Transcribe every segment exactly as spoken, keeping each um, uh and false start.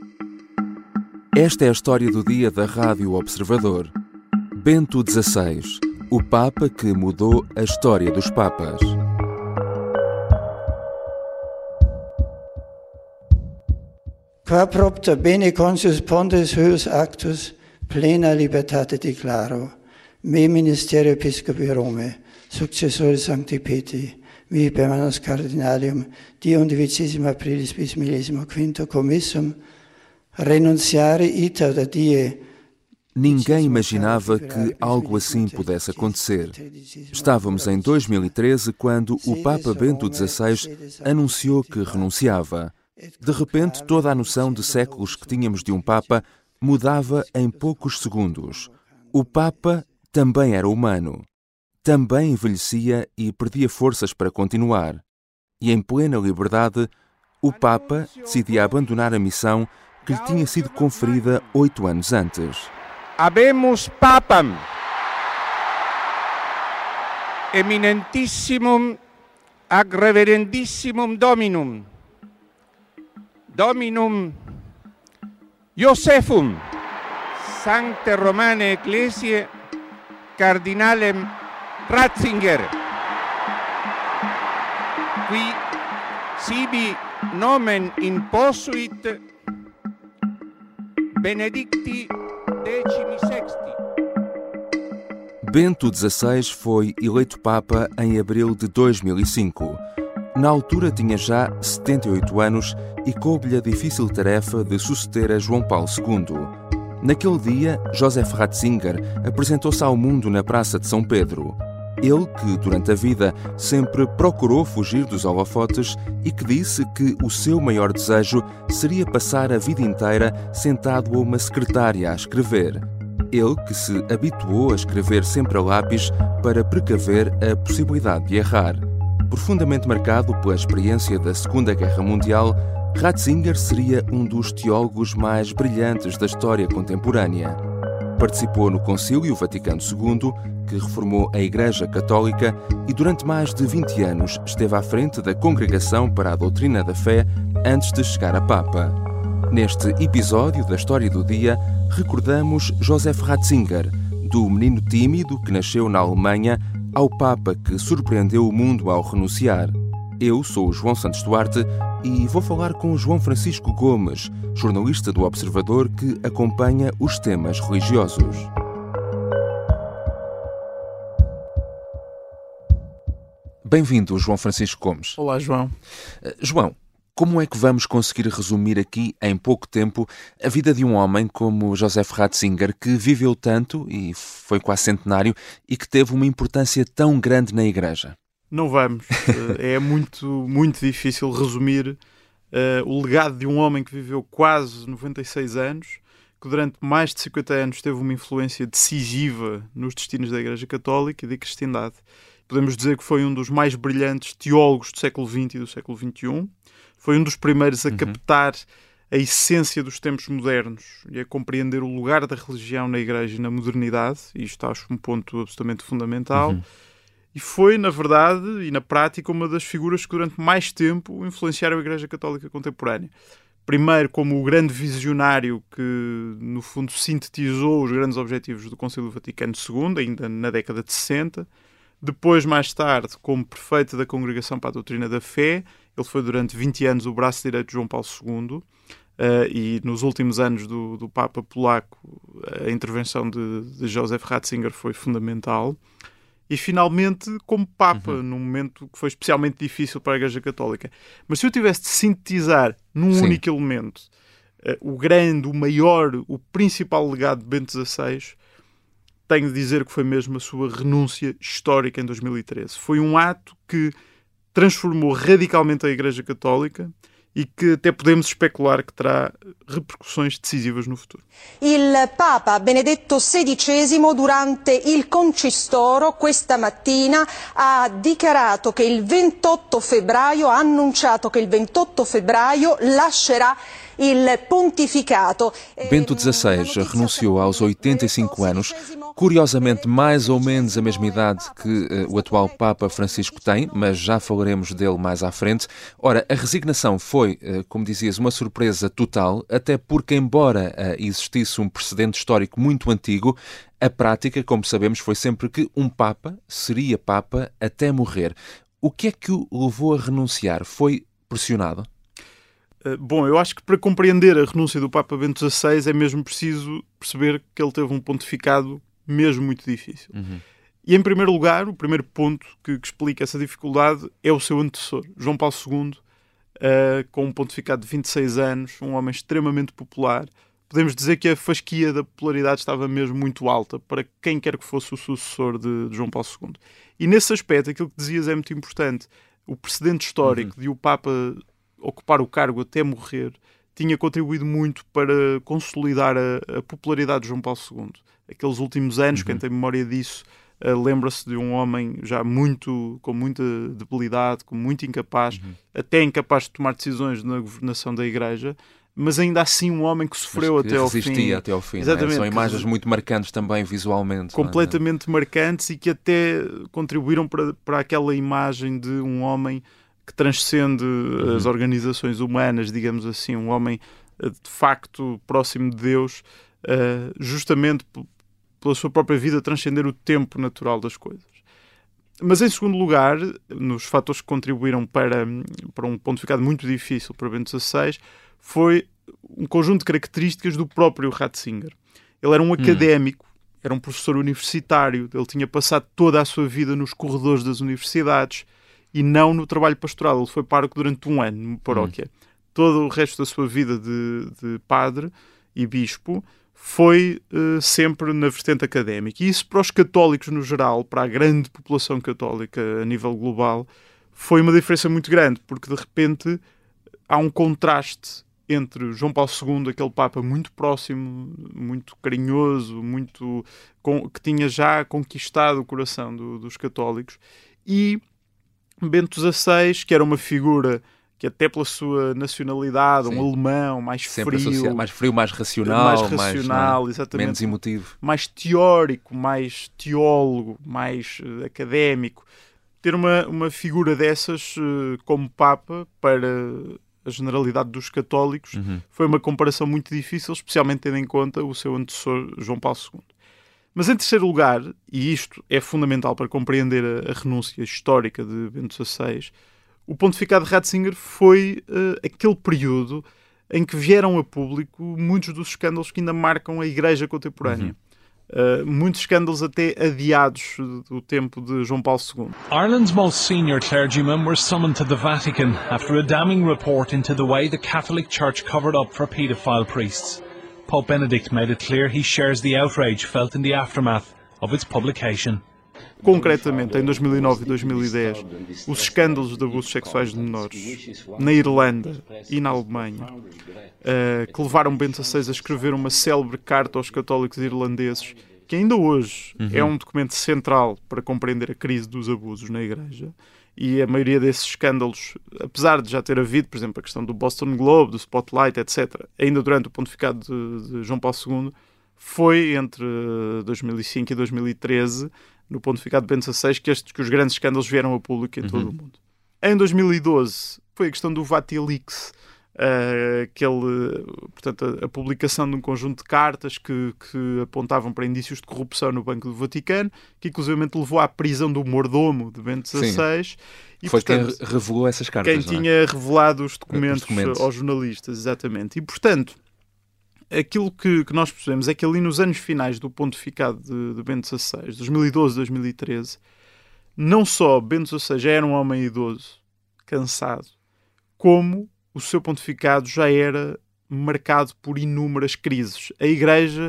Esta é a história do dia da Rádio Observador. Bento dezasseis, o Papa que mudou a história dos Papas. Qua propter bene consus pontes huius actus, plena libertate declaro, me ministerio episcopi Romae, successore Sancti Petri, vi permanens cardinalium, die undicesima aprilis bis millesimo quinto commissum, renunciare ita da die. Ninguém imaginava que algo assim pudesse acontecer. Estávamos em dois mil e treze quando o Papa Bento dezasseis anunciou que renunciava. De repente, toda a noção de séculos que tínhamos de um Papa mudava em poucos segundos. O Papa também era humano. Também envelhecia e perdia forças para continuar. E em plena liberdade, o Papa decidia abandonar a missão que lhe tinha sido conferida oito anos antes. Habemus Papam, eminentissimum ac reverendissimum Dominum, Dominum Josephum, Sancte Romane Ecclesiae, Cardinalem Ratzinger, qui sibi nomen imposuit Benedicti decimi sexti. Bento dezasseis foi eleito Papa em abril de dois mil e cinco. Na altura tinha já setenta e oito anos e coube-lhe a difícil tarefa de suceder a João Paulo segundo. Naquele dia, Joseph Ratzinger apresentou-se ao mundo na Praça de São Pedro. Ele que, durante a vida, sempre procurou fugir dos holofotes e que disse que o seu maior desejo seria passar a vida inteira sentado a uma secretária a escrever. Ele que se habituou a escrever sempre a lápis para precaver a possibilidade de errar. Profundamente marcado pela experiência da Segunda Guerra Mundial, Ratzinger seria um dos teólogos mais brilhantes da história contemporânea. Participou no Concílio Vaticano segundo, que reformou a Igreja Católica e durante mais de vinte anos esteve à frente da Congregação para a Doutrina da Fé antes de chegar a Papa. Neste episódio da História do Dia, recordamos Joseph Ratzinger, do menino tímido que nasceu na Alemanha ao Papa que surpreendeu o mundo ao renunciar. Eu sou o João Santos Duarte e vou falar com o João Francisco Gomes, jornalista do Observador que acompanha os temas religiosos. Bem-vindo, João Francisco Gomes. Olá, João. Uh, João, como é que vamos conseguir resumir aqui, em pouco tempo, a vida de um homem como Joseph Ratzinger, que viveu tanto, e foi quase centenário, e que teve uma importância tão grande na Igreja? Não vamos. É muito, muito difícil resumir uh, o legado de um homem que viveu quase noventa e seis anos, que durante mais de cinquenta anos teve uma influência decisiva nos destinos da Igreja Católica e da cristandade. Podemos dizer que foi um dos mais brilhantes teólogos do século vinte e do século vinte e um. Foi um dos primeiros a uhum. captar a essência dos tempos modernos e a compreender o lugar da religião na Igreja e na modernidade. E isto acho um ponto absolutamente fundamental. Uhum. E foi, na verdade e na prática, uma das figuras que durante mais tempo influenciaram a Igreja Católica contemporânea. Primeiro, como o grande visionário que, no fundo, sintetizou os grandes objetivos do Concílio Vaticano segundo, ainda na década de sessenta. Depois, mais tarde, como prefeito da Congregação para a Doutrina da Fé. Ele foi durante vinte anos o braço direito de João Paulo segundo. Uh, e nos últimos anos do, do Papa polaco, a intervenção de, de Joseph Ratzinger foi fundamental. E, finalmente, como Papa, uhum. num momento que foi especialmente difícil para a Igreja Católica. Mas se eu tivesse de sintetizar num Sim. único elemento uh, o grande, o maior, o principal legado de Bento dezasseis, tenho de dizer que foi mesmo a sua renúncia histórica em dois mil e treze. Foi um ato que transformou radicalmente a Igreja Católica e que até podemos especular que terá repercussões decisivas no futuro. Il Papa Benedetto sedicesimo, durante il Concistoro, questa mattina, ha dichiarato che il ventotto febbraio, ha annunciato che il ventotto febbraio lascerà il pontificato. Bento dezasseis renunciou aos oitenta e cinco anos Curiosamente, mais ou menos a mesma idade que uh, o atual Papa Francisco tem, mas já falaremos dele mais à frente. Ora, a resignação foi, uh, como dizias, uma surpresa total, até porque, embora uh, existisse um precedente histórico muito antigo, a prática, como sabemos, foi sempre que um Papa seria Papa até morrer. O que é que o levou a renunciar? Foi pressionado? Uh, bom, eu acho que para compreender a renúncia do Papa Bento dezasseis é mesmo preciso perceber que ele teve um pontificado mesmo muito difícil. Uhum. E, em primeiro lugar, o primeiro ponto que, que explica essa dificuldade é o seu antecessor, João Paulo segundo, uh, com um pontificado de vinte e seis anos, um homem extremamente popular. Podemos dizer que a fasquia da popularidade estava mesmo muito alta para quem quer que fosse o sucessor de, de João Paulo segundo. E, nesse aspecto, aquilo que dizias é muito importante. O precedente histórico uhum. de o Papa ocupar o cargo até morrer tinha contribuído muito para consolidar a, a popularidade de João Paulo segundo. Aqueles últimos anos, uhum. quem tem memória disso, uh, lembra-se de um homem já muito, com muita debilidade, com muito incapaz, uhum. até incapaz de tomar decisões na governação da Igreja, mas ainda assim um homem que sofreu que até ao fim. Resistia até ao fim. Exatamente. É? São imagens que... muito marcantes também visualmente. Completamente marcantes e que até contribuíram para, para aquela imagem de um homem que transcende uhum. as organizações humanas, digamos assim, um homem de facto próximo de Deus, uh, justamente p- pela sua própria vida transcender o tempo natural das coisas. Mas em segundo lugar, nos fatores que contribuíram para, para um pontificado muito difícil para Bento dezasseis, foi um conjunto de características do próprio Ratzinger. Ele era um académico, hum. era um professor universitário, ele tinha passado toda a sua vida nos corredores das universidades e não no trabalho pastoral. Ele foi pároco durante um ano numa paróquia. Hum. Todo o resto da sua vida de, de padre e bispo foi uh, sempre na vertente académica. E isso para os católicos no geral, para a grande população católica a nível global, foi uma diferença muito grande, porque de repente há um contraste entre João Paulo segundo, aquele Papa muito próximo, muito carinhoso, muito, com, que tinha já conquistado o coração do, dos católicos, e Bento dezasseis, que era uma figura que até pela sua nacionalidade, Sim. um alemão mais Sempre frio, associado, mais frio, mais racional, mais racional, mais, exatamente, menos emotivo, mais teórico, mais teólogo, mais uh, académico. Ter uma, uma figura dessas uh, como Papa para a generalidade dos católicos uhum. foi uma comparação muito difícil, especialmente tendo em conta o seu antecessor João Paulo segundo. Mas em terceiro lugar, e isto é fundamental para compreender a, a renúncia histórica de Bento dezasseis, o pontificado de Ratzinger foi uh, aquele período em que vieram a público muitos dos escândalos que ainda marcam a Igreja contemporânea. Uhum. Uh, muitos escândalos até adiados do tempo de João Paulo segundo. Ireland's most senior clergymen were summoned to the Vatican after a damning report into the way the Catholic Church covered up for paedophile priests. Pope Benedict made it clear he shares the outrage felt in the aftermath of its publication. Concretamente, em dois mil e nove e dois mil e dez, os escândalos de abusos sexuais de menores na Irlanda e na Alemanha, uh, que levaram Bento dezasseis a escrever uma célebre carta aos católicos irlandeses, que ainda hoje uhum. é um documento central para compreender a crise dos abusos na Igreja. E a maioria desses escândalos, apesar de já ter havido, por exemplo, a questão do Boston Globe, do Spotlight, etcétera, ainda durante o pontificado de, de João Paulo segundo, foi entre dois mil e cinco e dois mil e treze, no pontificado de Bento dezasseis, que, estes, que os grandes escândalos vieram a público em uhum. todo o mundo. Em dois mil e doze foi a questão do Vatilix, uh, aquele, portanto, a, a publicação de um conjunto de cartas que, que apontavam para indícios de corrupção no Banco do Vaticano, que inclusivamente levou à prisão do mordomo de Bento dezasseis. E, foi portanto, quem revelou essas cartas, quem não é? tinha revelado os documentos, os documentos aos jornalistas, exatamente. E, portanto, aquilo que, que nós percebemos é que ali nos anos finais do pontificado de, de Bento dezasseis, dois mil e doze, dois mil e treze, não só Bento dezasseis já era um homem idoso, cansado, como o seu pontificado já era marcado por inúmeras crises. A Igreja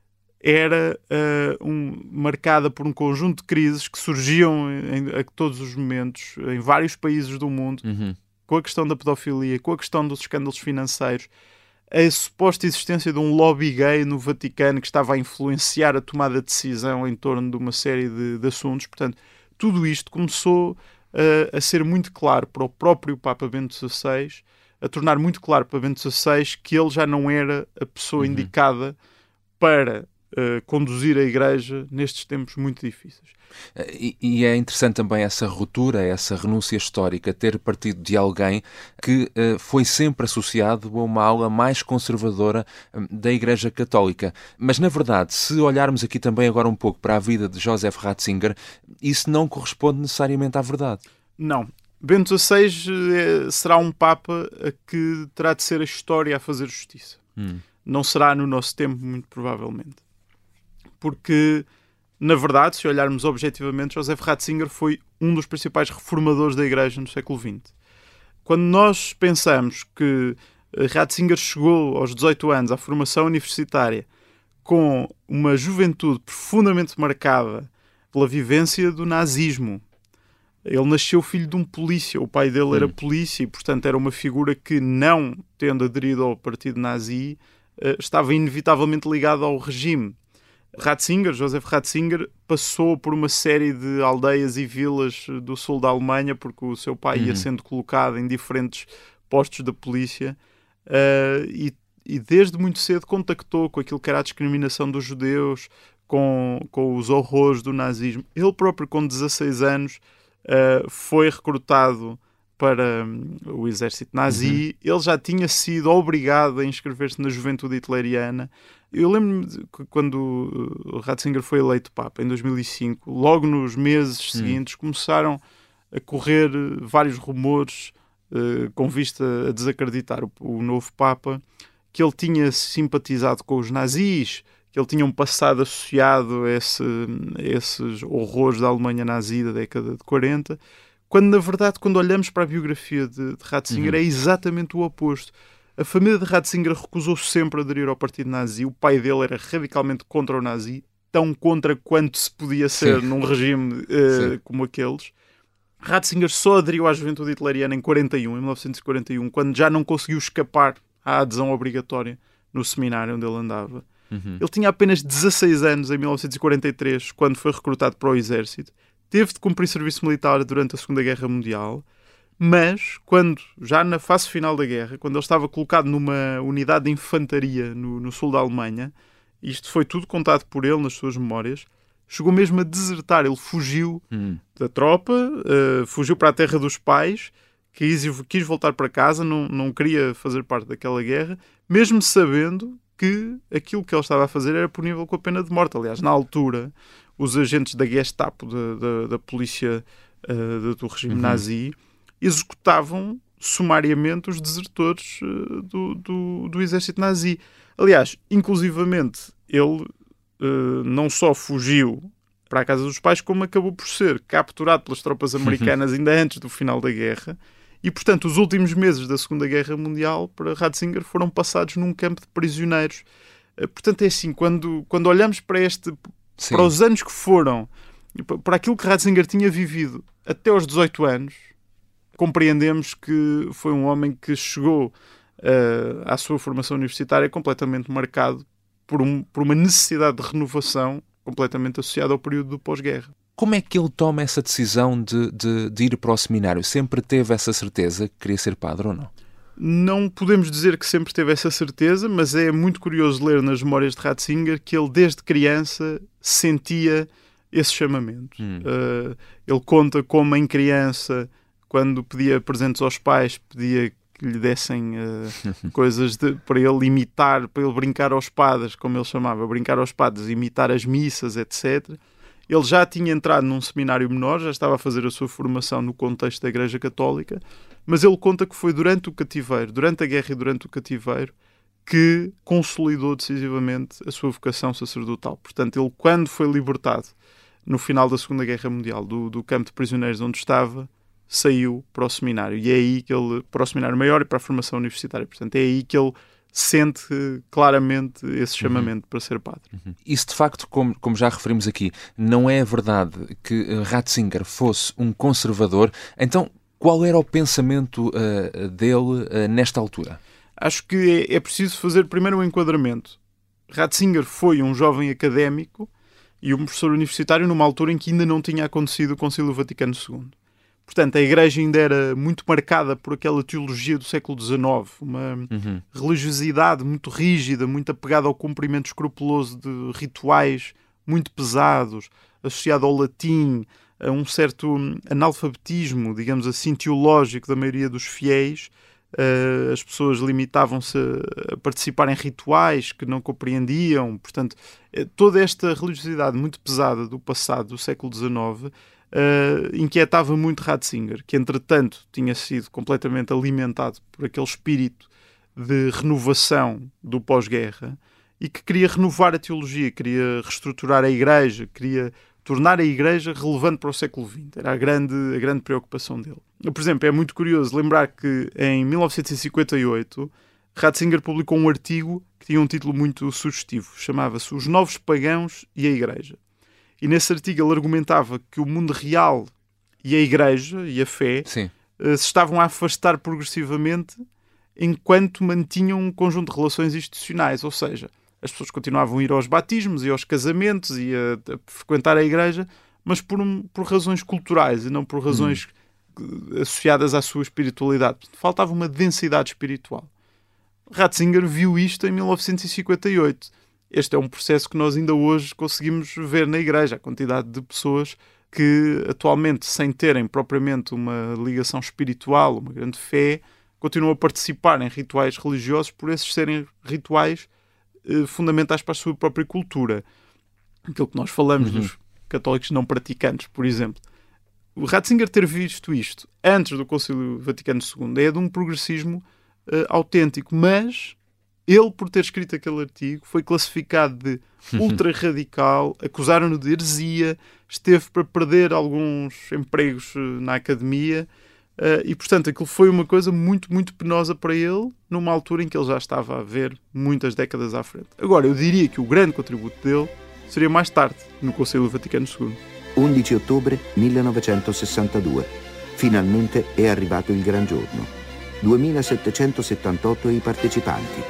era uh, um, marcada por um conjunto de crises que surgiam em, a todos os momentos, em vários países do mundo, uhum. com a questão da pedofilia, com a questão dos escândalos financeiros, a suposta existência de um lobby gay no Vaticano que estava a influenciar a tomada de decisão em torno de uma série de, de assuntos. Portanto, tudo isto começou uh, a ser muito claro para o próprio Papa Bento dezasseis, a tornar muito claro para Bento dezasseis que ele já não era a pessoa uhum. indicada para uh, conduzir a Igreja nestes tempos muito difíceis. E, e é interessante também essa ruptura, essa renúncia histórica, ter partido de alguém que uh, foi sempre associado a uma ala mais conservadora um, da Igreja Católica. Mas, na verdade, se olharmos aqui também agora um pouco para a vida de Joseph Ratzinger, isso não corresponde necessariamente à verdade. Não. Bento dezasseis é, será um Papa a que terá de ser a história a fazer justiça. Hum. Não será no nosso tempo, muito provavelmente. Porque, na verdade, se olharmos objetivamente, Joseph Ratzinger foi um dos principais reformadores da Igreja no século vinte. Quando nós pensamos que Ratzinger chegou aos dezoito anos à formação universitária com uma juventude profundamente marcada pela vivência do nazismo, ele nasceu filho de um polícia, o pai dele era polícia e, portanto, era uma figura que, não tendo aderido ao partido nazi, estava inevitavelmente ligado ao regime. Ratzinger, Joseph Ratzinger, passou por uma série de aldeias e vilas do sul da Alemanha, porque o seu pai uhum. ia sendo colocado em diferentes postos da polícia, uh, e, e desde muito cedo contactou com aquilo que era a discriminação dos judeus, com, com os horrores do nazismo. Ele próprio, com dezasseis anos, uh, foi recrutado para um, o exército nazi. Uhum. Ele já tinha sido obrigado a inscrever-se na juventude hitleriana. Eu lembro-me de, quando o Ratzinger foi eleito Papa, em dois mil e cinco, logo nos meses uhum. seguintes, começaram a correr vários rumores uh, com vista a desacreditar o, o novo Papa, que ele tinha simpatizado com os nazis, que ele tinha um passado associado a, esse, a esses horrores da Alemanha nazi da década de quarenta, quando, na verdade, quando olhamos para a biografia de, de Ratzinger, uhum. é exatamente o oposto. A família de Ratzinger recusou sempre a aderir ao partido nazi. O pai dele era radicalmente contra o nazi, tão contra quanto se podia ser Sim. num regime uh, como aqueles. Ratzinger só aderiu à juventude hitleriana em quarenta e um, em mil novecentos e quarenta e um, quando já não conseguiu escapar à adesão obrigatória no seminário onde ele andava. Uhum. Ele tinha apenas dezasseis anos em mil novecentos e quarenta e três, quando foi recrutado para o exército. Teve de cumprir serviço militar durante a Segunda Guerra Mundial, mas quando, já na fase final da guerra, quando ele estava colocado numa unidade de infantaria no, no sul da Alemanha, isto foi tudo contado por ele nas suas memórias, chegou mesmo a desertar. Ele fugiu hum. da tropa, uh, fugiu para a terra dos pais, quis, quis voltar para casa, não, não queria fazer parte daquela guerra, mesmo sabendo que aquilo que ele estava a fazer era punível com a pena de morte. Aliás, na altura, os agentes da Gestapo, da, da, da polícia uh, do regime uhum. nazi, executavam sumariamente os desertores uh, do, do, do exército nazi. Aliás, inclusivamente, ele uh, não só fugiu para a casa dos pais, como acabou por ser capturado pelas tropas americanas ainda antes do final da guerra. E, portanto, os últimos meses da Segunda Guerra Mundial para Ratzinger foram passados num campo de prisioneiros. Uh, portanto, é assim, quando, quando olhamos para este... Sim. para os anos que foram, para aquilo que Ratzinger tinha vivido até aos dezoito anos, compreendemos que foi um homem que chegou uh, à sua formação universitária completamente marcado por, um, por uma necessidade de renovação completamente associada ao período do pós-guerra. Como é que ele toma essa decisão de, de, de ir para o seminário? Sempre teve essa certeza que queria ser padre ou não? Não podemos dizer que sempre teve essa certeza, mas é muito curioso ler nas memórias de Ratzinger que ele, desde criança, sentia esse chamamento. Hum. Uh, ele conta como, em criança, quando pedia presentes aos pais, pedia que lhe dessem uh, coisas de, para ele imitar, para ele brincar aos padres, como ele chamava, brincar aos padres, imitar as missas, etcétera. Ele já tinha entrado num seminário menor, já estava a fazer a sua formação no contexto da Igreja Católica, mas ele conta que foi durante o cativeiro, durante a guerra e durante o cativeiro, que consolidou decisivamente a sua vocação sacerdotal. Portanto, ele, quando foi libertado no final da Segunda Guerra Mundial do, do campo de prisioneiros onde estava, saiu para o seminário. E é aí que ele, para o seminário maior e para a formação universitária. Portanto, é aí que ele sente claramente esse chamamento uhum. para ser padre. Uhum. Isso, de facto, como, como já referimos aqui, não é verdade que Ratzinger fosse um conservador. Então, qual era o pensamento uh, dele uh, nesta altura? Acho que é, é preciso fazer primeiro um enquadramento. Ratzinger foi um jovem académico e um professor universitário numa altura em que ainda não tinha acontecido o Concílio Vaticano segundo. Portanto, a Igreja ainda era muito marcada por aquela teologia do século dezenove, uma Uhum. religiosidade muito rígida, muito apegada ao cumprimento escrupuloso de rituais muito pesados, associado ao latim, a um certo analfabetismo, digamos assim, teológico da maioria dos fiéis. Uh, as pessoas limitavam-se a participar em rituais que não compreendiam. Portanto, toda esta religiosidade muito pesada do passado, do século dezenove, uh, inquietava muito Ratzinger, que entretanto tinha sido completamente alimentado por aquele espírito de renovação do pós-guerra e que queria renovar a teologia, queria reestruturar a Igreja, queria tornar a Igreja relevante para o século vinte. Era a grande, a grande preocupação dele. Por exemplo, é muito curioso lembrar que em mil novecentos e cinquenta e oito Ratzinger publicou um artigo que tinha um título muito sugestivo. Chamava-se Os Novos Pagãos e a Igreja. E nesse artigo ele argumentava que o mundo real e a Igreja e a fé Sim. se estavam a afastar progressivamente enquanto mantinham um conjunto de relações institucionais. Ou seja, as pessoas continuavam a ir aos batismos e aos casamentos e a, a frequentar a igreja, mas por, um, por razões culturais e não por razões hum. associadas à sua espiritualidade. Faltava uma densidade espiritual. Ratzinger viu isto em mil novecentos e cinquenta e oito. Este é um processo que nós ainda hoje conseguimos ver na igreja. A quantidade de pessoas que atualmente, sem terem propriamente uma ligação espiritual, uma grande fé, continuam a participar em rituais religiosos por esses serem rituais fundamentais para a sua própria cultura. Aquilo que nós falamos uhum. dos católicos não praticantes, por exemplo. O Ratzinger ter visto isto antes do Concílio Vaticano segundo é de um progressismo uh, autêntico, mas ele, por ter escrito aquele artigo, foi classificado de ultra-radical, acusaram-no de heresia, esteve para perder alguns empregos uh, na academia. Uh, e, portanto, aquilo foi uma coisa muito, muito penosa para ele, numa altura em que ele já estava a ver muitas décadas à frente. Agora, eu diria que o grande contributo dele seria mais tarde, no Concílio Vaticano segundo. undici di ottobre millenovecentosessantadue. Finalmente è arrivato il gran giorno. duemilasettecentosettantotto i partecipanti.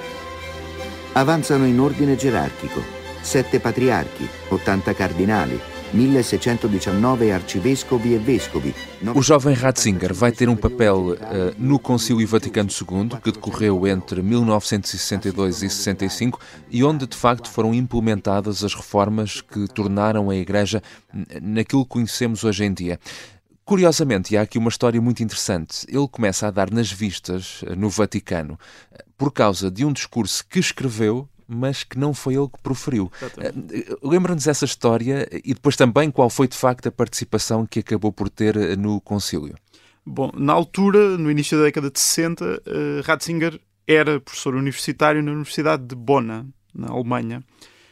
Avanzano in ordine gerarchico. Sette patriarchi, ottanta cardinali, milleseicentodiciannove arcivescovi e vescovi. O jovem Ratzinger vai ter um papel uh, no Concílio Vaticano segundo, que decorreu entre mil novecentos e sessenta e dois e sessenta e cinco, e onde de facto foram implementadas as reformas que tornaram a Igreja naquilo que conhecemos hoje em dia. Curiosamente, e há aqui uma história muito interessante, ele começa a dar nas vistas no Vaticano por causa de um discurso que escreveu, mas que não foi ele que proferiu. Uh, Lembra-nos essa história e depois também qual foi de facto a participação que acabou por ter no concílio? Bom, na altura, no início da década de sessenta, uh, Ratzinger era professor universitário na Universidade de Bona, na Alemanha,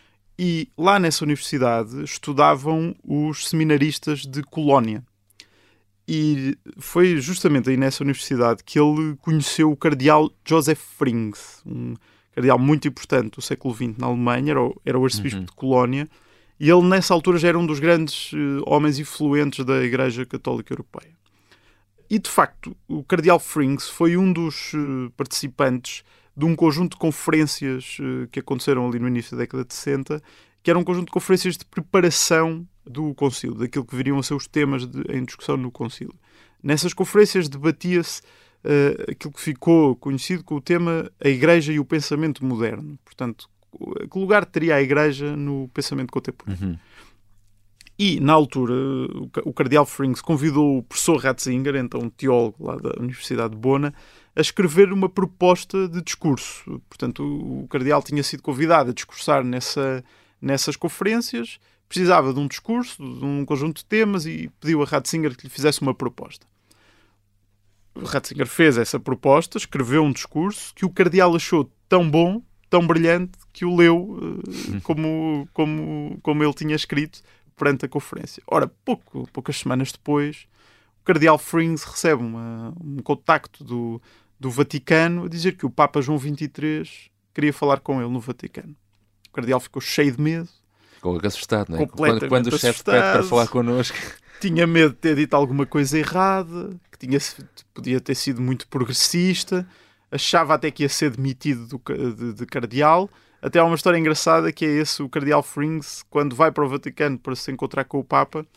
e lá nessa universidade estudavam os seminaristas de Colónia. E foi justamente aí nessa universidade que ele conheceu o cardeal Joseph Frings, um cardeal muito importante do século vinte na Alemanha, era o, era o arcebispo uhum. de Colónia, e ele nessa altura já era um dos grandes uh, homens influentes da Igreja Católica Europeia. E de facto, o cardeal Frings foi um dos uh, participantes de um conjunto de conferências uh, que aconteceram ali no início da década de sessenta, que era um conjunto de conferências de preparação do concílio, daquilo que viriam a ser os temas de, em discussão no concílio. Nessas conferências debatia-se uh, aquilo que ficou conhecido com o tema a Igreja e o pensamento moderno. Portanto, que lugar teria a Igreja no pensamento contemporâneo? Uhum. E, na altura, o cardeal Frings convidou o professor Ratzinger, então teólogo lá da Universidade de Bona, a escrever uma proposta de discurso. Portanto, o cardeal tinha sido convidado a discursar nessa, nessas conferências, precisava de um discurso, de um conjunto de temas e pediu a Ratzinger que lhe fizesse uma proposta. O Ratzinger fez essa proposta, escreveu um discurso que o cardeal achou tão bom, tão brilhante, que o leu uh, como, como, como ele tinha escrito perante a conferência. Ora, pouco, poucas semanas depois, o cardeal Frings recebe uma, um contacto do, do Vaticano a dizer que o Papa João vinte e três queria falar com ele no Vaticano. O cardeal ficou cheio de medo. Ficou assustado, não é? Quando, quando o chefe pede para falar connosco. Tinha medo de ter dito alguma coisa errada, que tinha, podia ter sido muito progressista, achava até que ia ser demitido do, de, de cardeal. Até há uma história engraçada que é esse, o cardeal Frings, quando vai para o Vaticano para se encontrar com o Papa,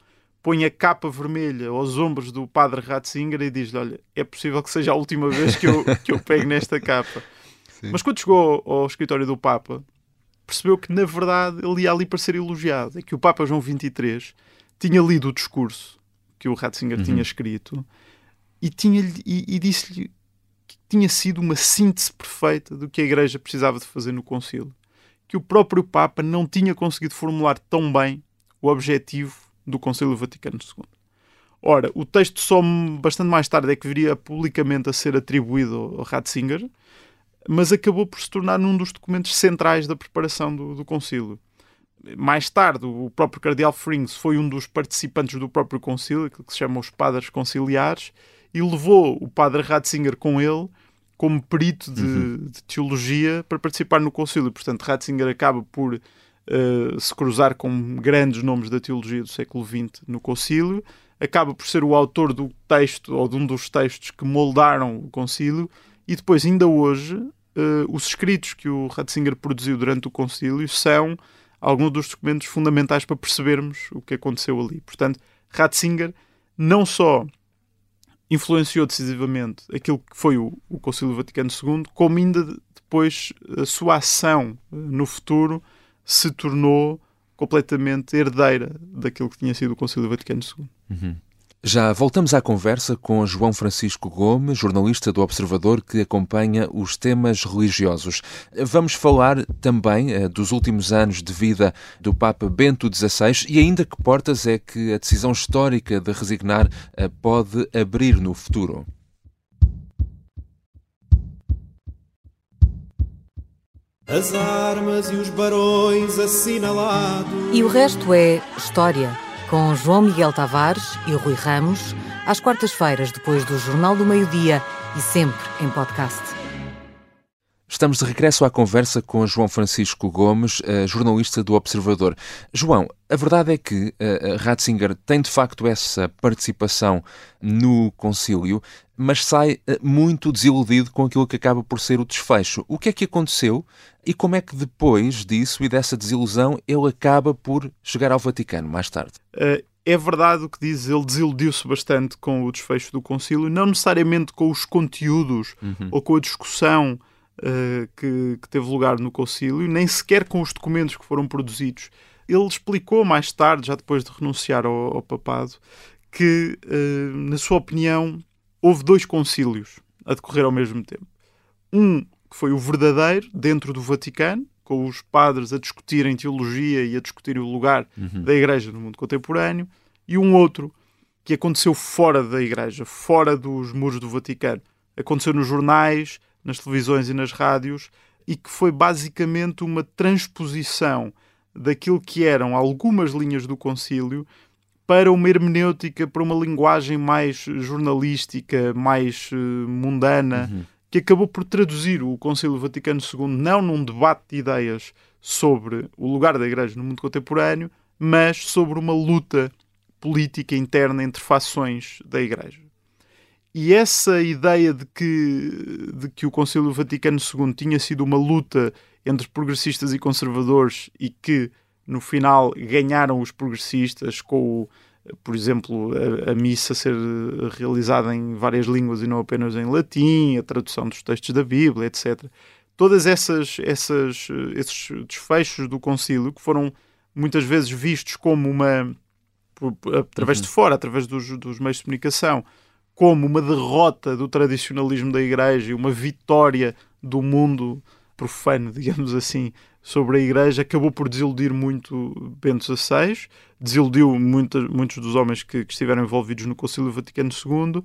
põe a capa vermelha aos ombros do padre Ratzinger e diz-lhe: olha, é possível que seja a última vez que eu, que eu pegue nesta capa. Sim. Mas quando chegou ao, ao escritório do Papa, percebeu que, na verdade, ele ia ali para ser elogiado. É que o Papa João vinte e três tinha lido o discurso que o Ratzinger uhum. tinha escrito e, tinha, e, e disse-lhe que tinha sido uma síntese perfeita do que a Igreja precisava de fazer no concílio. Que o próprio Papa não tinha conseguido formular tão bem o objetivo do Concílio Vaticano segundo. Ora, o texto só bastante mais tarde é que viria publicamente a ser atribuído ao Ratzinger, mas acabou por se tornar um dos documentos centrais da preparação do, do concílio. Mais tarde, o próprio Cardeal Frings foi um dos participantes do próprio concílio, que se chama os Padres Conciliares, e levou o padre Ratzinger com ele como perito de, uhum. de teologia para participar no concílio. Portanto, Ratzinger acaba por uh, se cruzar com grandes nomes da teologia do século vinte no concílio, acaba por ser o autor do texto, ou de um dos textos que moldaram o concílio, e depois, ainda hoje, uh, os escritos que o Ratzinger produziu durante o concílio são alguns dos documentos fundamentais para percebermos o que aconteceu ali. Portanto, Ratzinger não só influenciou decisivamente aquilo que foi o, o Concílio Vaticano segundo, como ainda depois a sua ação no futuro se tornou completamente herdeira daquilo que tinha sido o Concílio Vaticano segundo. Uhum. Já voltamos à conversa com João Francisco Gomes, jornalista do Observador que acompanha os temas religiosos. Vamos falar também eh, dos últimos anos de vida do Papa Bento dezasseis e ainda que portas é que a decisão histórica de resignar eh, pode abrir no futuro. As armas e os barões assinalados. E o resto é história. Com João Miguel Tavares e Rui Ramos, às quartas-feiras, depois do Jornal do Meio-Dia e sempre em podcast. Estamos de regresso à conversa com João Francisco Gomes, jornalista do Observador. João, a verdade é que uh, Ratzinger tem de facto essa participação no concílio, mas sai uh, muito desiludido com aquilo que acaba por ser o desfecho. O que é que aconteceu e como é que depois disso e dessa desilusão ele acaba por chegar ao Vaticano mais tarde? Uh, é verdade o que diz, ele desiludiu-se bastante com o desfecho do concílio, não necessariamente com os conteúdos uhum. ou com a discussão Uh, que, que teve lugar no concílio, nem sequer com os documentos que foram produzidos. Ele explicou mais tarde, já depois de renunciar ao, ao papado, que, uh, na sua opinião, houve dois concílios a decorrer ao mesmo tempo. Um que foi o verdadeiro, dentro do Vaticano, com os padres a discutirem teologia e a discutirem o lugar uhum. da Igreja no mundo contemporâneo, e um outro que aconteceu fora da Igreja, fora dos muros do Vaticano. Aconteceu nos jornais, nas televisões e nas rádios, e que foi basicamente uma transposição daquilo que eram algumas linhas do concílio para uma hermenêutica, para uma linguagem mais jornalística, mais uh, mundana, uhum. que acabou por traduzir o Concílio Vaticano segundo não num debate de ideias sobre o lugar da Igreja no mundo contemporâneo, mas sobre uma luta política interna entre fações da Igreja. E essa ideia de que, de que o Concílio Vaticano segundo tinha sido uma luta entre progressistas e conservadores e que, no final, ganharam os progressistas com, por exemplo, a, a missa ser realizada em várias línguas e não apenas em latim, a tradução dos textos da Bíblia, etcétera. Todas essas, essas esses desfechos do concílio, que foram muitas vezes vistos como uma, através de fora, através dos, dos meios de comunicação, como uma derrota do tradicionalismo da Igreja e uma vitória do mundo profano, digamos assim, sobre a Igreja, acabou por desiludir muito Bento dezasseis, desiludiu muito, muitos dos homens que, que estiveram envolvidos no Concílio Vaticano segundo.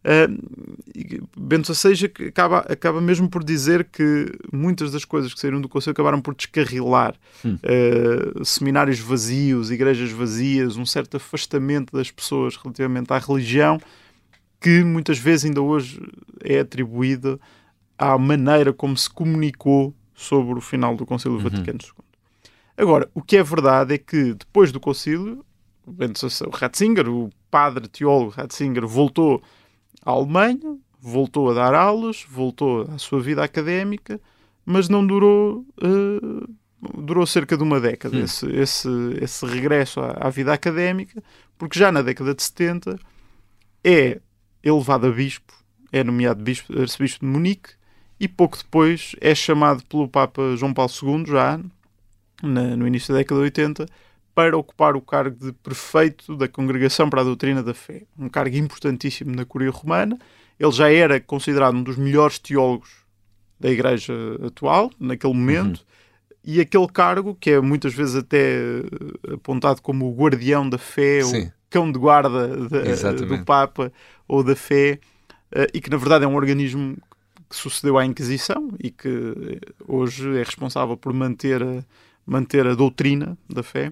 Uh, Bento dezasseis acaba, acaba mesmo por dizer que muitas das coisas que saíram do Concílio acabaram por descarrilar. Hum. Uh, seminários vazios, igrejas vazias, um certo afastamento das pessoas relativamente à religião, que muitas vezes ainda hoje é atribuída à maneira como se comunicou sobre o final do Concílio uhum. Vaticano segundo. Agora, o que é verdade é que depois do concílio, o Ratzinger, o padre teólogo Ratzinger, voltou à Alemanha, voltou a dar aulas, voltou à sua vida académica, mas não durou uh, durou cerca de uma década, hum. esse, esse, esse regresso à, à vida académica, porque já na década de setenta é elevado a bispo, é nomeado bispo, arcebispo de Munique, e pouco depois é chamado pelo Papa João Paulo segundo, já na, no início da década de oitenta, para ocupar o cargo de prefeito da Congregação para a Doutrina da Fé, um cargo importantíssimo na Curia Romana. Ele já era considerado um dos melhores teólogos da Igreja atual, naquele momento, uhum. e aquele cargo, que é muitas vezes até apontado como o guardião da fé, Sim. o cão de guarda de, do Papa ou da fé, e que na verdade é um organismo que sucedeu à Inquisição e que hoje é responsável por manter a, manter a doutrina da fé.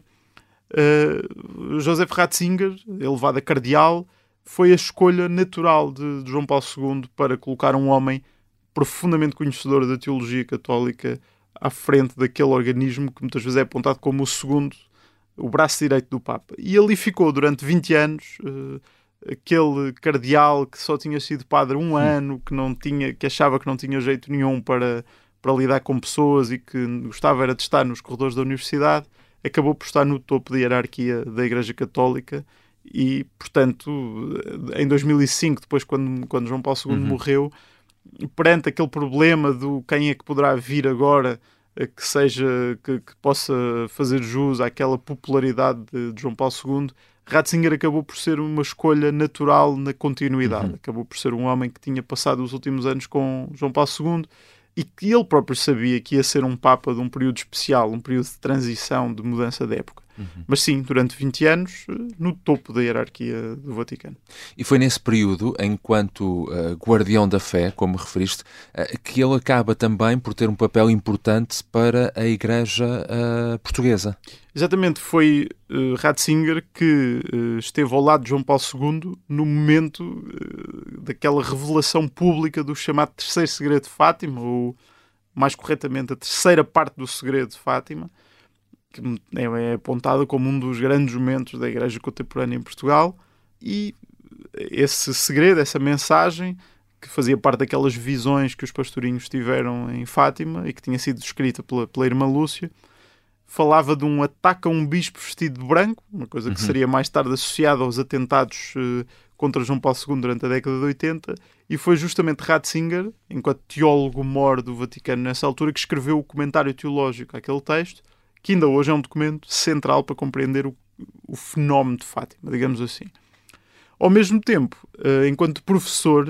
Uh, Joseph Ratzinger, elevado a cardeal, foi a escolha natural de, de João Paulo segundo para colocar um homem profundamente conhecedor da teologia católica à frente daquele organismo que muitas vezes é apontado como o segundo, o braço direito do Papa. E ali ficou durante vinte anos, uh, aquele cardeal que só tinha sido padre um ano, que, não tinha, que achava que não tinha jeito nenhum para, para lidar com pessoas e que gostava era de estar nos corredores da universidade, acabou por estar no topo da hierarquia da Igreja Católica e, portanto, em dois mil e cinco, depois quando, quando João Paulo segundo uhum. morreu, perante aquele problema do quem é que poderá vir agora que seja, que, que possa fazer jus àquela popularidade de, de João Paulo segundo, Ratzinger acabou por ser uma escolha natural na continuidade. Uhum. Acabou por ser um homem que tinha passado os últimos anos com João Paulo segundo e que ele próprio sabia que ia ser um Papa de um período especial, um período de transição, de mudança de época. Uhum. Mas sim, durante vinte anos, no topo da hierarquia do Vaticano. E foi nesse período, enquanto uh, guardião da fé, como referiste, uh, que ele acaba também por ter um papel importante para a Igreja uh, portuguesa. Exatamente, foi uh, Ratzinger que uh, esteve ao lado de João Paulo segundo no momento uh, daquela revelação pública do chamado Terceiro Segredo de Fátima, ou mais corretamente a terceira parte do Segredo de Fátima, que é apontada como um dos grandes momentos da Igreja contemporânea em Portugal, e esse segredo, essa mensagem, que fazia parte daquelas visões que os pastorinhos tiveram em Fátima e que tinha sido escrita pela, pela irmã Lúcia, falava de um ataque a um bispo vestido de branco, uma coisa que uhum. seria mais tarde associada aos atentados uh, contra João Paulo segundo durante a década de oitenta, e foi justamente Ratzinger, enquanto teólogo mor do Vaticano nessa altura, que escreveu o comentário teológico àquele texto, que ainda hoje é um documento central para compreender o, o fenómeno de Fátima, digamos assim. Ao mesmo tempo, uh, enquanto professor,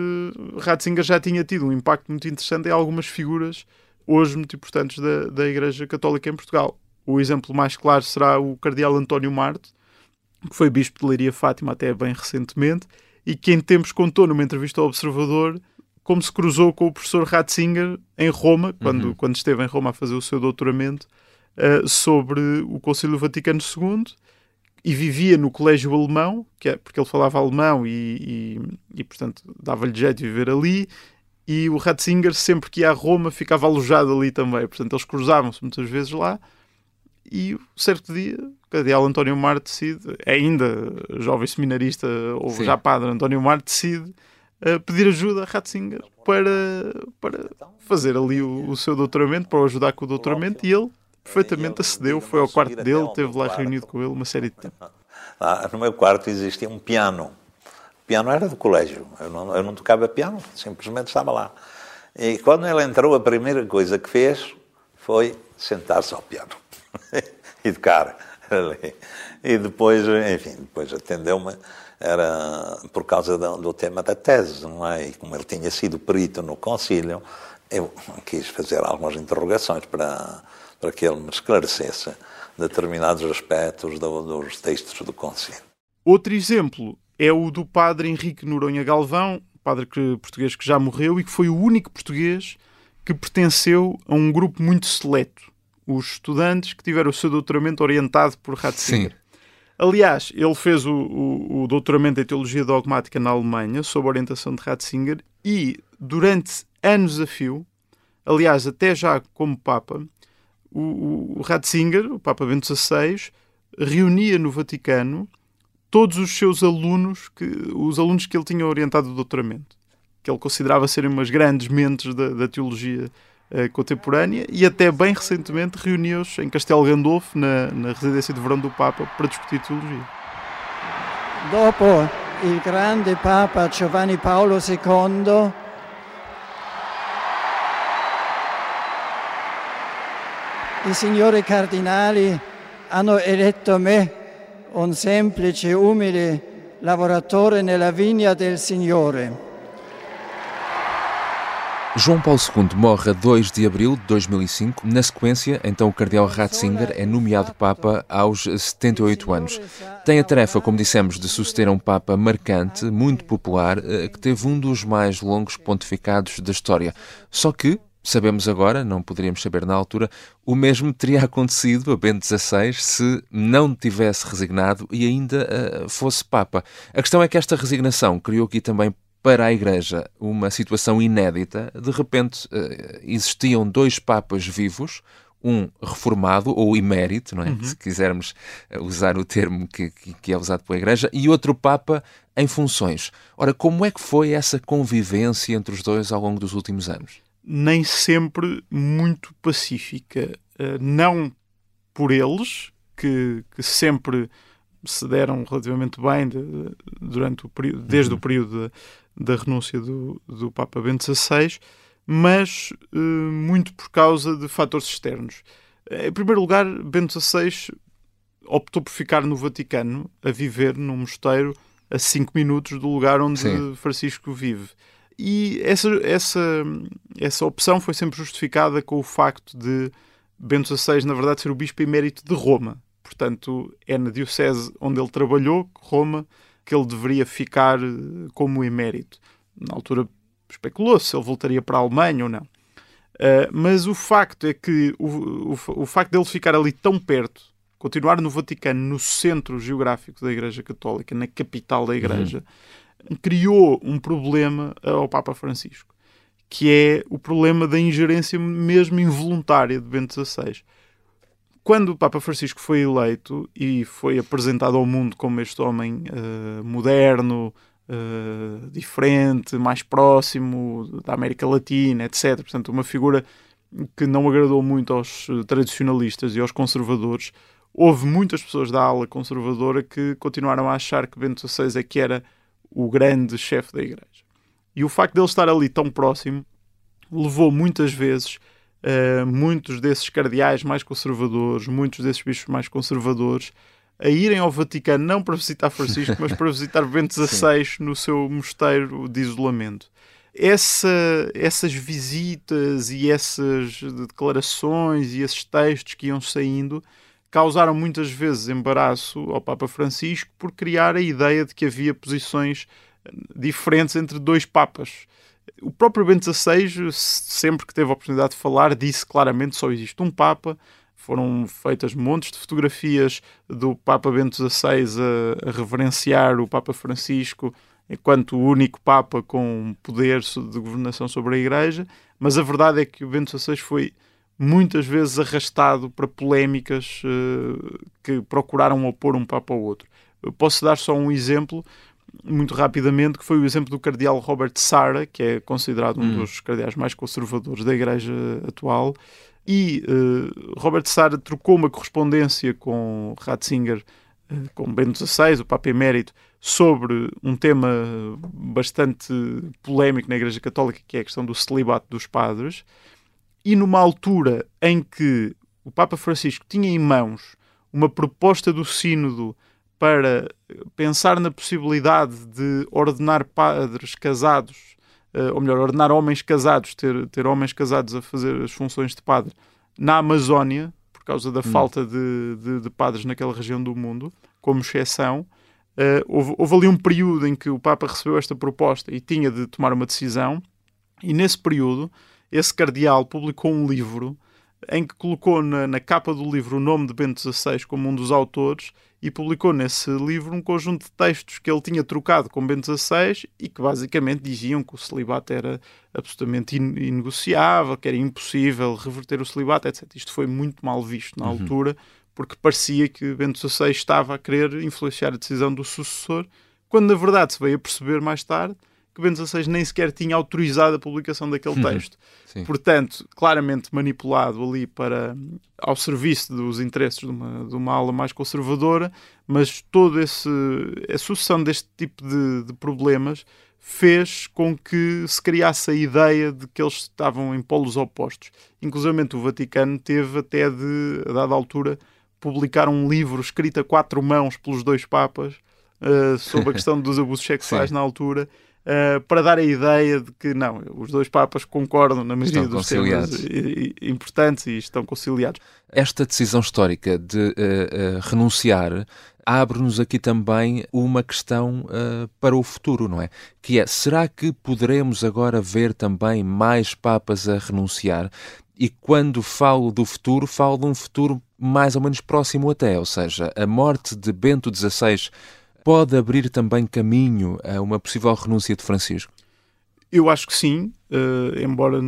uh, Ratzinger já tinha tido um impacto muito interessante em algumas figuras hoje muito importantes da, da Igreja Católica em Portugal. O exemplo mais claro será o cardeal António Marte, que foi bispo de Leiria Fátima até bem recentemente, e que em tempos contou numa entrevista ao Observador como se cruzou com o professor Ratzinger em Roma, quando, uhum. quando esteve em Roma a fazer o seu doutoramento, uh, sobre o Concílio Vaticano segundo, e vivia no colégio alemão, que é, porque ele falava alemão e, e, e portanto, dava-lhe jeito de viver ali, e o Ratzinger, sempre que ia a Roma, ficava alojado ali também. Portanto, eles cruzavam-se muitas vezes lá, e certo dia, o cardeal António Marte decide, ainda jovem seminarista, ou Sim. já padre António Marte, decide uh, pedir ajuda a Ratzinger para, para fazer ali o, o seu doutoramento, para o ajudar com o doutoramento, e ele perfeitamente acedeu, foi ao quarto dele, esteve lá reunido com ele uma série de tempo. Lá no meu quarto existia um piano. O piano era do colégio, eu não, eu não tocava piano, simplesmente estava lá. E quando ele entrou, a primeira coisa que fez foi sentar-se ao piano e tocar ali. E depois, enfim, depois atendeu-me, era por causa do, do tema da tese, não é? E como ele tinha sido perito no concílio, eu quis fazer algumas interrogações para, para que ele me esclarecesse determinados aspectos do, dos textos do concílio. Outro exemplo é o do padre Henrique Noronha Galvão, padre que, português que já morreu e que foi o único português que pertenceu a um grupo muito seleto, os estudantes que tiveram o seu doutoramento orientado por Ratzinger. Sim. Aliás, ele fez o, o, o doutoramento em Teologia Dogmática na Alemanha, sob a orientação de Ratzinger, e durante anos a fio, aliás, até já como Papa, o, o Ratzinger, o Papa Bento dezasseis, reunia no Vaticano todos os seus alunos, que, os alunos que ele tinha orientado o doutoramento, que ele considerava serem umas grandes mentes da, da teologia uh, contemporânea, e até bem recentemente reuniu-se em Castelo Gandolfo, na, na residência de verão do Papa, para discutir teologia. Dopo il grande Papa Giovanni Paolo secondo, i signori cardinali hanno eletto me, un semplice, umile lavoratore nella vigna del Signore. João Paulo segundo morre a dois de abril de dois mil e cinco. Na sequência, então o cardeal Ratzinger é nomeado Papa aos setenta e oito anos. Tem a tarefa, como dissemos, de suceder a um Papa marcante, muito popular, que teve um dos mais longos pontificados da história. Só que, sabemos agora, não poderíamos saber na altura, o mesmo teria acontecido a Bento dezasseis se não tivesse resignado e ainda uh, fosse Papa. A questão é que esta resignação criou aqui também para a Igreja uma situação inédita. De repente uh, existiam dois Papas vivos, um reformado ou emérito, não é? Uhum. Se quisermos usar o termo que, que é usado pela Igreja, e outro Papa em funções. Ora, como é que foi essa convivência entre os dois ao longo dos últimos anos? Nem sempre muito pacífica. Não por eles, que, que sempre se deram relativamente bem de, durante o período, desde uhum. o período da, da renúncia do, do Papa Bento dezasseis, mas uh, muito por causa de fatores externos. Em primeiro lugar, Bento dezasseis optou por ficar no Vaticano, a viver num mosteiro a cinco minutos do lugar onde Sim. Francisco vive. E essa, essa, essa opção foi sempre justificada com o facto de Bento dezasseis, na verdade, ser o bispo emérito de Roma. Portanto, é na diocese onde ele trabalhou, Roma, que ele deveria ficar como emérito. Na altura especulou-se se ele voltaria para a Alemanha ou não. Uh, mas o facto é que o, o, o facto de ele ficar ali tão perto, continuar no Vaticano, no centro geográfico da Igreja Católica, na capital da Igreja, uhum. criou um problema ao Papa Francisco, que é o problema da ingerência mesmo involuntária de Bento dezasseis. Quando o Papa Francisco foi eleito e foi apresentado ao mundo como este homem uh, moderno, uh, diferente, mais próximo da América Latina, etcétera, portanto, uma figura que não agradou muito aos tradicionalistas e aos conservadores, houve muitas pessoas da ala conservadora que continuaram a achar que Bento dezasseis é que era o grande chefe da Igreja. E o facto de ele estar ali tão próximo levou muitas vezes uh, muitos desses cardeais mais conservadores, muitos desses bispos mais conservadores, a irem ao Vaticano não para visitar Francisco, mas para visitar Bento dezasseis no seu mosteiro de isolamento. Essa, essas visitas e essas declarações e esses textos que iam saindo causaram muitas vezes embaraço ao Papa Francisco por criar a ideia de que havia posições diferentes entre dois papas. O próprio Bento dezasseis, sempre que teve a oportunidade de falar, disse claramente que só existe um Papa. Foram feitas montes de fotografias do Papa Bento dezasseis a, a reverenciar o Papa Francisco enquanto o único Papa com poder de governação sobre a Igreja, mas a verdade é que o Bento dezasseis foi muitas vezes arrastado para polémicas uh, que procuraram opor um Papa ao outro. Eu posso dar só um exemplo, muito rapidamente, que foi o exemplo do cardeal Robert Sarah, que é considerado um hum. dos cardeais mais conservadores da Igreja atual, e uh, Robert Sarah trocou uma correspondência com Ratzinger, uh, com Bento dezasseis, o Papa Emérito, sobre um tema bastante polémico na Igreja Católica, que é a questão do celibato dos padres. E numa altura em que o Papa Francisco tinha em mãos uma proposta do Sínodo para pensar na possibilidade de ordenar padres casados, ou melhor, ordenar homens casados, ter, ter homens casados a fazer as funções de padre na Amazónia, por causa da hum. falta de, de, de padres naquela região do mundo, como exceção. Uh, houve, houve ali um período em que o Papa recebeu esta proposta e tinha de tomar uma decisão, e nesse período esse cardeal publicou um livro em que colocou na, na capa do livro o nome de Bento dezasseis como um dos autores, e publicou nesse livro um conjunto de textos que ele tinha trocado com Bento dezasseis e que basicamente diziam que o celibato era absolutamente inegociável, que era impossível reverter o celibato, etcétera. Isto foi muito mal visto na uhum. altura, porque parecia que Bento dezasseis estava a querer influenciar a decisão do sucessor, quando na verdade se veio a perceber mais tarde que Bento dezasseis nem sequer tinha autorizado a publicação daquele texto. Sim. Portanto, claramente manipulado ali para, ao serviço dos interesses de uma, de uma ala mais conservadora, mas toda esse, a sucessão deste tipo de, de problemas fez com que se criasse a ideia de que eles estavam em polos opostos. Inclusive o Vaticano teve até de, a dada altura, publicar um livro escrito a quatro mãos pelos dois papas uh, sobre a questão dos abusos sexuais na altura, uh, para dar a ideia de que não, os dois papas concordam na maioria estão dos temas importantes e estão conciliados. Esta decisão histórica de uh, uh, renunciar abre-nos aqui também uma questão uh, para o futuro, não é? Que é, será que poderemos agora ver também mais papas a renunciar? E quando falo do futuro, falo de um futuro mais ou menos próximo até, ou seja, a morte de Bento dezasseis pode abrir também caminho a uma possível renúncia de Francisco? Eu acho que sim, uh, embora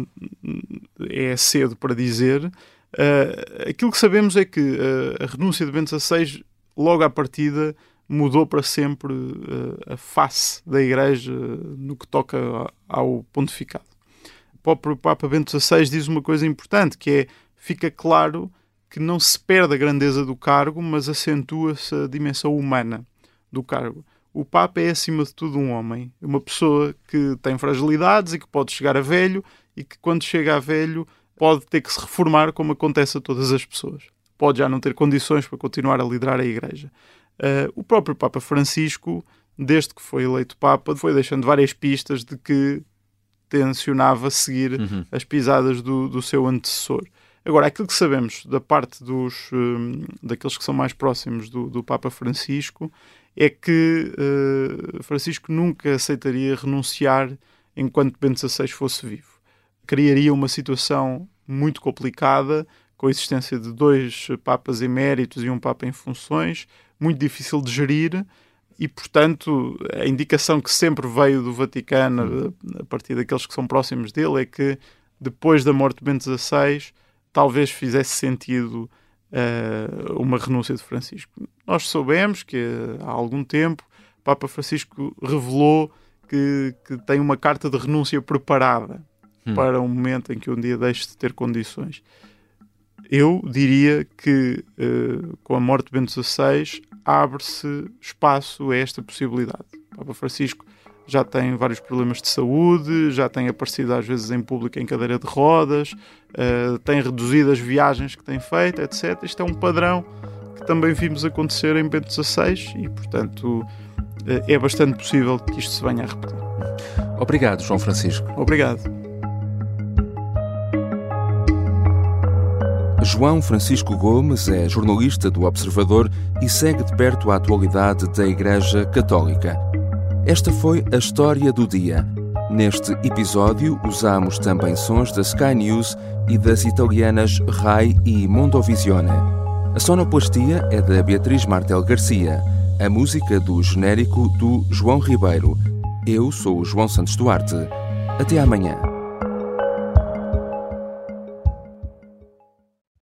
é cedo para dizer. Uh, aquilo que sabemos é que uh, a renúncia de Bento dezasseis, logo à partida, mudou para sempre uh, a face da Igreja uh, no que toca ao pontificado. O próprio Papa Bento dezasseis diz uma coisa importante, que é, fica claro que não se perde a grandeza do cargo, mas acentua-se a dimensão humana do cargo. O Papa é, acima de tudo, um homem, uma pessoa que tem fragilidades e que pode chegar a velho e que, quando chega a velho, pode ter que se reformar, como acontece a todas as pessoas. Pode já não ter condições para continuar a liderar a Igreja. Uh, o próprio Papa Francisco, desde que foi eleito Papa, foi deixando várias pistas de que tencionava seguir uhum. as pisadas do, do seu antecessor. Agora, aquilo que sabemos da parte dos, um, daqueles que são mais próximos do, do Papa Francisco é que uh, Francisco nunca aceitaria renunciar enquanto Bento dezasseis fosse vivo. Criaria uma situação muito complicada, com a existência de dois papas eméritos e um papa em funções, muito difícil de gerir, e, portanto, a indicação que sempre veio do Vaticano, a partir daqueles que são próximos dele, é que depois da morte de Bento dezasseis, talvez fizesse sentido uh, uma renúncia de Francisco. Nós soubemos que há algum tempo o Papa Francisco revelou que, que tem uma carta de renúncia preparada hum. para um momento em que um dia deixe de ter condições. Eu diria que uh, com a morte de Bento dezasseis abre-se espaço a esta possibilidade. O Papa Francisco já tem vários problemas de saúde, já tem aparecido às vezes em público em cadeira de rodas, uh, tem reduzido as viagens que tem feito, etcétera. Isto é um padrão que também vimos acontecer em Bento dezasseis e, portanto, uh, é bastante possível que isto se venha a repetir. Obrigado, João Francisco. Obrigado. João Francisco Gomes é jornalista do Observador e segue de perto a atualidade da Igreja Católica. Esta foi a história do dia. Neste episódio usamos também sons da Sky News e das italianas Rai e Mondovisione. A sonoplastia é da Beatriz Martel Garcia, a música do genérico do João Ribeiro. Eu sou o João Santos Duarte. Até amanhã.